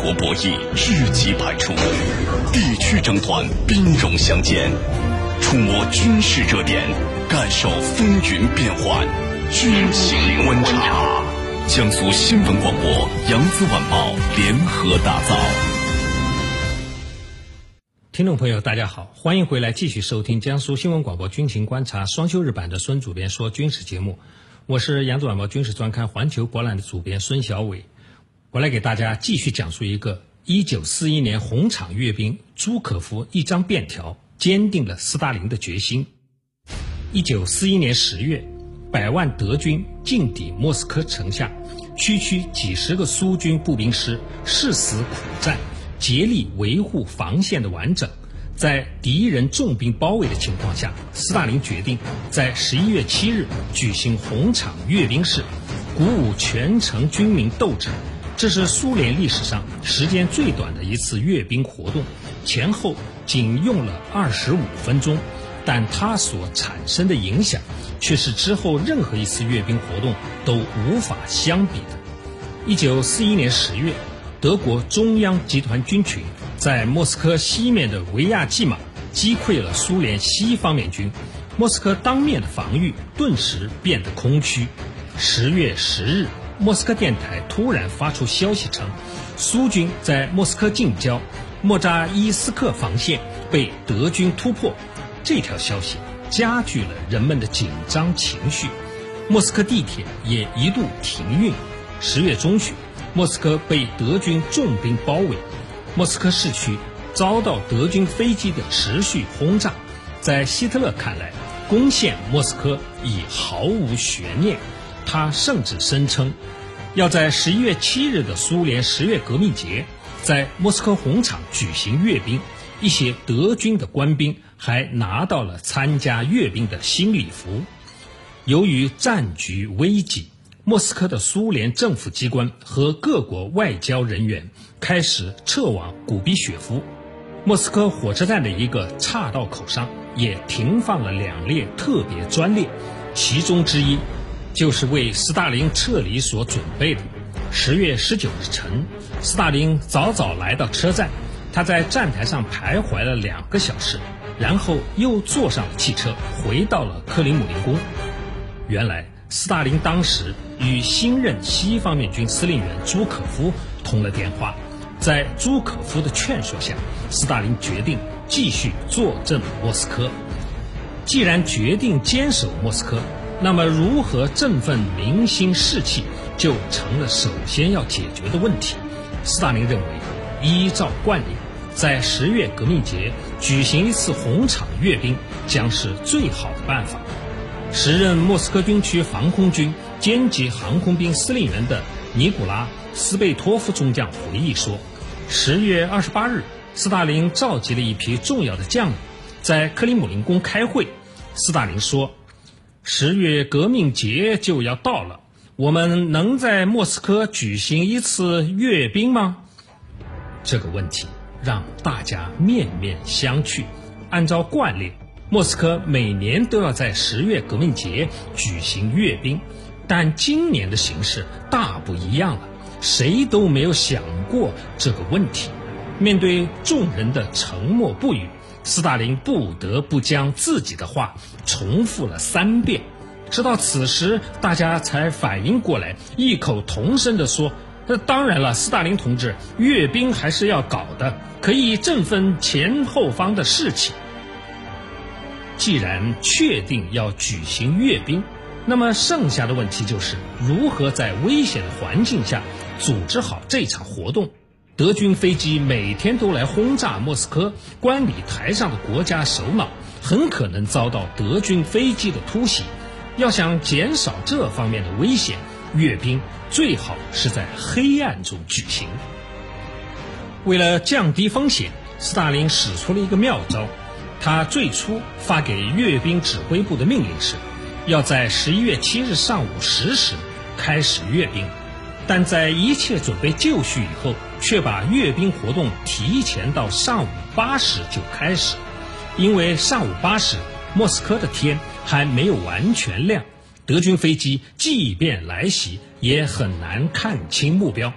国博弈日极百出，地区争端兵戎相见，触摸军事热点，感受风云变幻，军情观察。江苏新闻广播、扬子晚报联合打造。 听众朋友大家好，欢迎回来继续收听江苏新闻广播军情观察双休日版的孙主编说军事节目，我是扬子晚报军事专刊环球博览的主编孙小伟。我来给大家继续讲述一个1941年红场阅兵，朱可夫一张便条坚定了斯大林的决心。1941年10月，100万德军进抵莫斯科城下，区区几十个苏军步兵师誓死苦战，竭力维护防线的完整。在敌人重兵包围的情况下，斯大林决定在11月7日举行红场阅兵式，鼓舞全城军民斗志。这是苏联历史上时间最短的一次阅兵活动，前后仅用了25分钟，但它所产生的影响却是之后任何一次阅兵活动都无法相比的。1941年10月，德国中央集团军群在莫斯科西面的维亚季马击溃了苏联西方面军，莫斯科当面的防御顿时变得空虚。10月10日，莫斯科电台突然发出消息称，苏军在莫斯科近郊莫扎伊斯克防线被德军突破。这条消息加剧了人们的紧张情绪，莫斯科地铁也一度停运。10月中旬，莫斯科被德军重兵包围，莫斯科市区遭到德军飞机的持续轰炸。在希特勒看来，攻陷莫斯科已毫无悬念，他甚至声称要在11月7日的苏联10月革命节在莫斯科红场举行阅兵。一些德军的官兵还拿到了参加阅兵的新礼服。由于战局危急，莫斯科的苏联政府机关和各国外交人员开始撤往古比雪夫。莫斯科火车站的一个岔道口上也停放了2列特别专列，其中之一就是为斯大林撤离所准备的。10月19日晨，斯大林早早来到车站，他在站台上徘徊了2个小时，然后又坐上了汽车，回到了克林姆林宫。原来斯大林当时与新任西方面军司令员朱可夫通了电话，在朱可夫的劝说下，斯大林决定继续坐镇莫斯科。既然决定坚守莫斯科，那么如何振奋民心士气就成了首先要解决的问题。斯大林认为，依照惯例，在10月革命节举行一次红场阅兵将是最好的办法。时任莫斯科军区防空军歼击航空兵司令员的尼古拉·斯贝托夫中将回忆说，10月28日，斯大林召集了一批重要的将领在克林姆林宫开会。斯大林说，10月革命节就要到了，我们能在莫斯科举行一次阅兵吗？这个问题让大家面面相觑。按照惯例，莫斯科每年都要在10月革命节举行阅兵，但今年的形势大不一样了，谁都没有想过这个问题。面对众人的沉默不语，斯大林不得不将自己的话重复了3遍。直到此时，大家才反应过来，异口同声地说，当然了，斯大林同志，阅兵还是要搞的，可以振奋前后方的士气。既然确定要举行阅兵，那么剩下的问题就是如何在危险的环境下组织好这场活动。德军飞机每天都来轰炸莫斯科，观礼台上的国家首脑很可能遭到德军飞机的突袭。要想减少这方面的危险，阅兵最好是在黑暗中举行。为了降低风险，斯大林使出了一个妙招。他最初发给阅兵指挥部的命令是，要在11月7日上午10时开始阅兵，但在一切准备就绪以后，却把阅兵活动提前到上午8时就开始。因为上午8时，莫斯科的天还没有完全亮，德军飞机即便来袭也很难看清目标。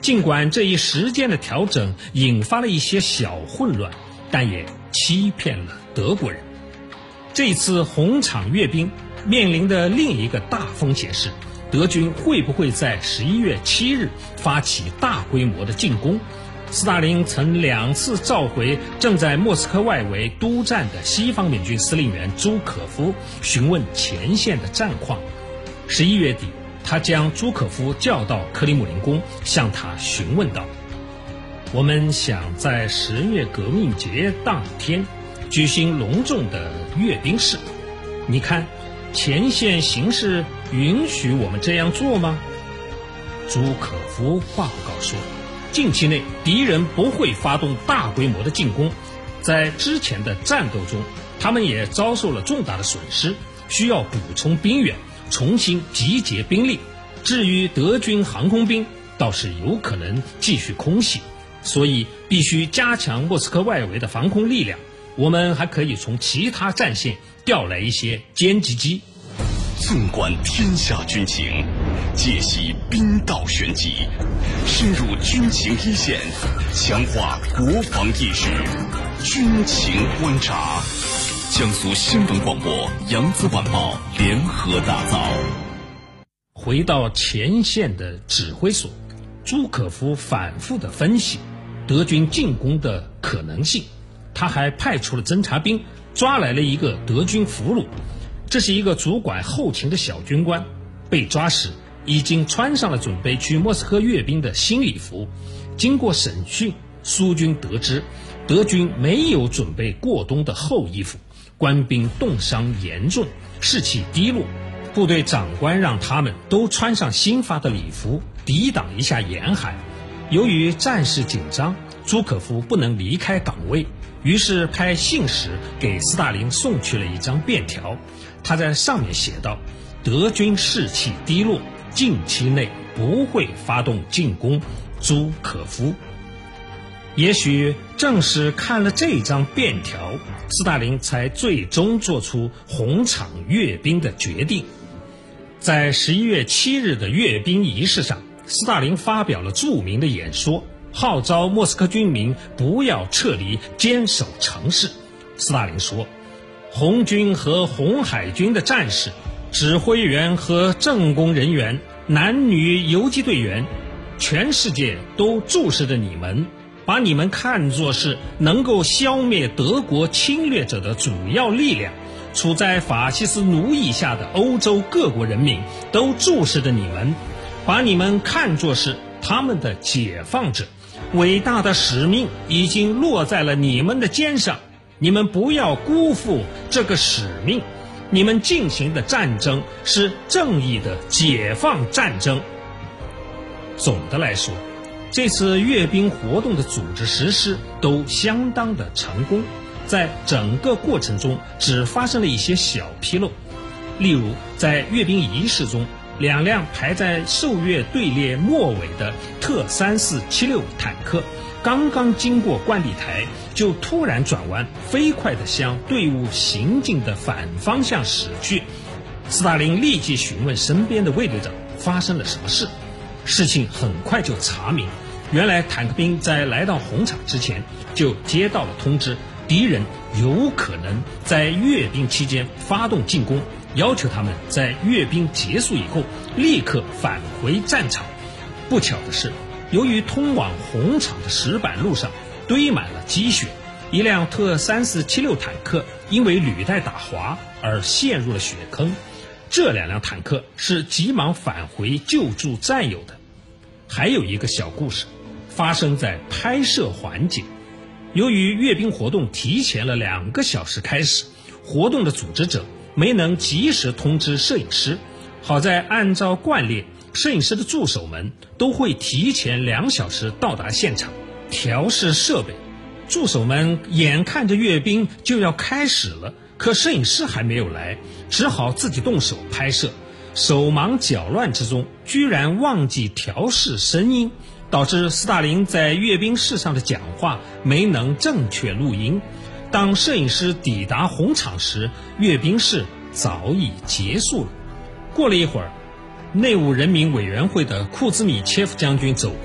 尽管这一时间的调整引发了一些小混乱，但也欺骗了德国人。这一次红场阅兵面临的另一个大风险是，德军会不会在11月7日发起大规模的进攻？斯大林曾2次召回正在莫斯科外围督战的西方美军司令员朱可夫，询问前线的战况。11月底，他将朱可夫叫到克里姆林宫，向他询问道：我们想在10月革命节当天举行隆重的阅兵式，你看前线形势允许我们这样做吗？朱可夫报告说，近期内敌人不会发动大规模的进攻，在之前的战斗中他们也遭受了重大的损失，需要补充兵员，重新集结兵力。至于德军航空兵倒是有可能继续空袭，所以必须加强莫斯科外围的防空力量。我们还可以从其他战线调来一些歼击机。 纵观天下军情，解析兵道玄机，深入军情一线，强化国防意识，军情观察。江苏新闻广播、扬子晚报联合打造。 回到前线的指挥所，朱可夫反复地分析德军进攻的可能性。他还派出了侦察兵，抓来了一个德军俘虏。这是一个主管后勤的小军官，被抓时已经穿上了准备去莫斯科阅兵的新礼服。经过审讯，苏军得知德军没有准备过冬的厚衣服，官兵冻伤严重，士气低落。部队长官让他们都穿上新发的礼服，抵挡一下严寒。由于战事紧张，朱可夫不能离开岗位，于是派信使给斯大林送去了一张便条。他在上面写道：德军士气低落，近期内不会发动进攻，朱可夫。也许正是看了这张便条，斯大林才最终做出红场阅兵的决定。在11月7日的阅兵仪式上，斯大林发表了著名的演说，号召莫斯科军民不要撤离，坚守城市。斯大林说，红军和红海军的战士、指挥员和政工人员、男女游击队员，全世界都注视着你们，把你们看作是能够消灭德国侵略者的主要力量。处在法西斯奴役下的欧洲各国人民都注视着你们，把你们看作是他们的解放者。伟大的使命已经落在了你们的肩上，你们不要辜负这个使命。你们进行的战争是正义的解放战争。总的来说，这次阅兵活动的组织实施都相当的成功，在整个过程中只发生了一些小纰漏。例如在阅兵仪式中，2辆排在受阅队列末尾的特3476坦克刚刚经过观礼台，就突然转弯，飞快地向队伍行进的反方向驶去。斯大林立即询问身边的卫队长发生了什么事。事情很快就查明，原来坦克兵在来到红场之前就接到了通知，敌人有可能在阅兵期间发动进攻，要求他们在阅兵结束以后立刻返回战场。不巧的是，由于通往红场的石板路上堆满了积雪，一辆特3476坦克因为履带打滑而陷入了雪坑。这2辆坦克是急忙返回救助战友的。还有一个小故事发生在拍摄环节。由于阅兵活动提前了2个小时开始，活动的组织者没能及时通知摄影师。好在按照惯例，摄影师的助手们都会提前2小时到达现场调试设备。助手们眼看着阅兵就要开始了，可摄影师还没有来，只好自己动手拍摄。手忙脚乱之中，居然忘记调试声音，导致斯大林在阅兵式上的讲话没能正确录音。当摄影师抵达红场时，阅兵式早已结束了。过了一会儿，内务人民委员会的库兹米切夫将军走过来，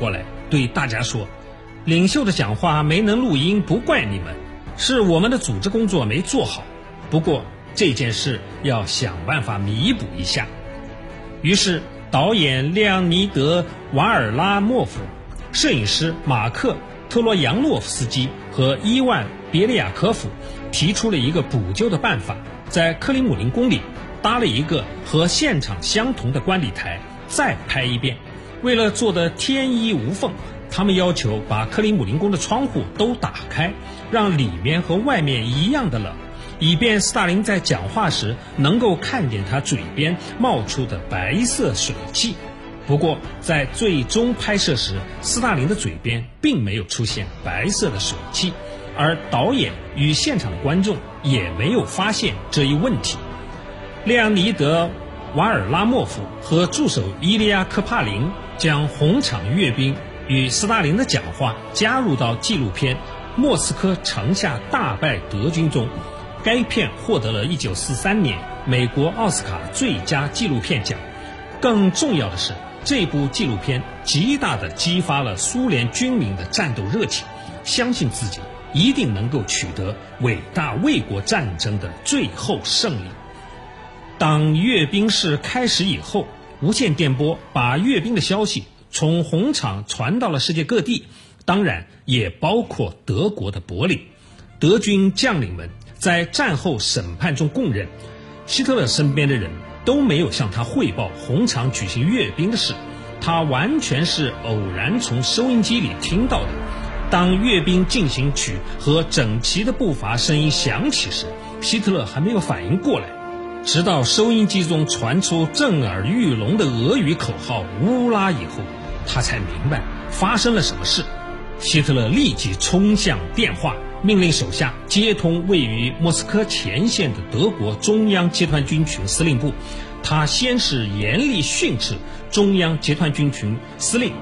对大家说，领袖的讲话没能录音不怪你们，是我们的组织工作没做好，不过这件事要想办法弥补一下。于是导演列昂尼德·瓦尔拉莫夫、摄影师马克·特罗扬诺夫斯基和伊万·别利亚科夫提出了一个补救的办法，在克里姆林宫里搭了一个和现场相同的观礼台，再拍一遍。为了做得天衣无缝，他们要求把克里姆林宫的窗户都打开，让里面和外面一样的冷，以便斯大林在讲话时能够看见他嘴边冒出的白色水汽。不过在最终拍摄时，斯大林的嘴边并没有出现白色的水汽，而导演与现场的观众也没有发现这一问题。列昂尼德·瓦尔拉莫夫和助手伊利亚·科帕林将红场阅兵与斯大林的讲话加入到纪录片《莫斯科城下大败德军》中。该片获得了1943年美国奥斯卡最佳纪录片奖。更重要的是，这部纪录片极大地激发了苏联军民的战斗热情，相信自己一定能够取得伟大卫国战争的最后胜利。当阅兵式开始以后，无线电波把阅兵的消息从红场传到了世界各地，当然也包括德国的柏林。德军将领们在战后审判中供认，希特勒身边的人都没有向他汇报红场举行阅兵的事，他完全是偶然从收音机里听到的。当阅兵进行曲和整齐的步伐声音响起时，希特勒还没有反应过来，直到收音机中传出震耳欲聋的俄语口号乌拉以后，他才明白发生了什么事。希特勒立即冲向电话，命令手下接通位于莫斯科前线的德国中央集团军群司令部。他先是严厉训斥中央集团军群司令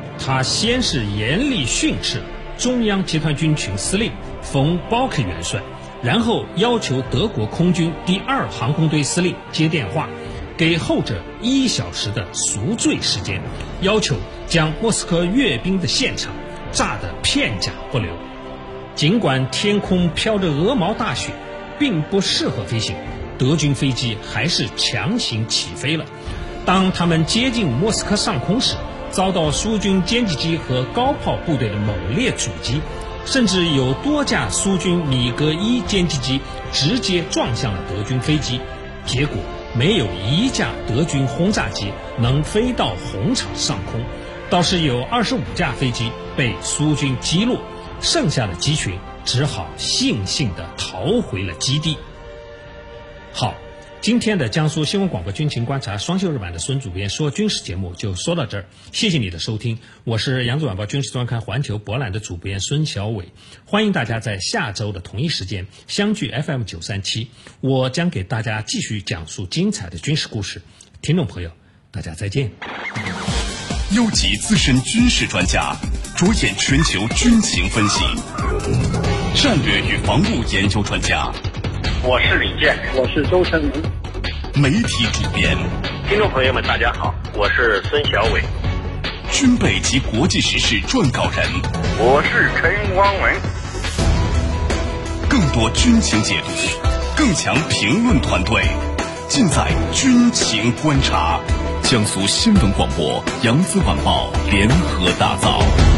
冯包克元帅，然后要求德国空军第2航空队司令接电话，给后者1小时的赎罪时间，要求将莫斯科阅兵的现场炸得片甲不留。尽管天空飘着鹅毛大雪，并不适合飞行，德军飞机还是强行起飞了。当他们接近莫斯科上空时，遭到苏军歼击机和高炮部队的猛烈阻击，甚至有多架苏军米格1歼击机直接撞向了德军飞机，结果没有一架德军轰炸机能飞到红场上空，倒是有25架飞机被苏军击落，剩下的机群只好悻悻地逃回了基地。好，今天的江苏新闻广播军情观察双休日版的孙主编说军事节目就说到这儿，谢谢你的收听，我是扬子晚报军事专刊环球博览的主编孙小伟，欢迎大家在下周的同一时间相聚 FM 937，我将给大家继续讲述精彩的军事故事。听众朋友，大家再见。 优级资深军事专家，着眼全球军情分析，战略与防务研究专家。 我是李健， 我是周成明， 媒体主编。 听众朋友们，大家好，我是孙小伟， 军备及国际时事撰稿人。 我是陈光文。 更多军情解读，更强评论团队，尽在军情观察。江苏新闻广播、扬子晚报联合打造。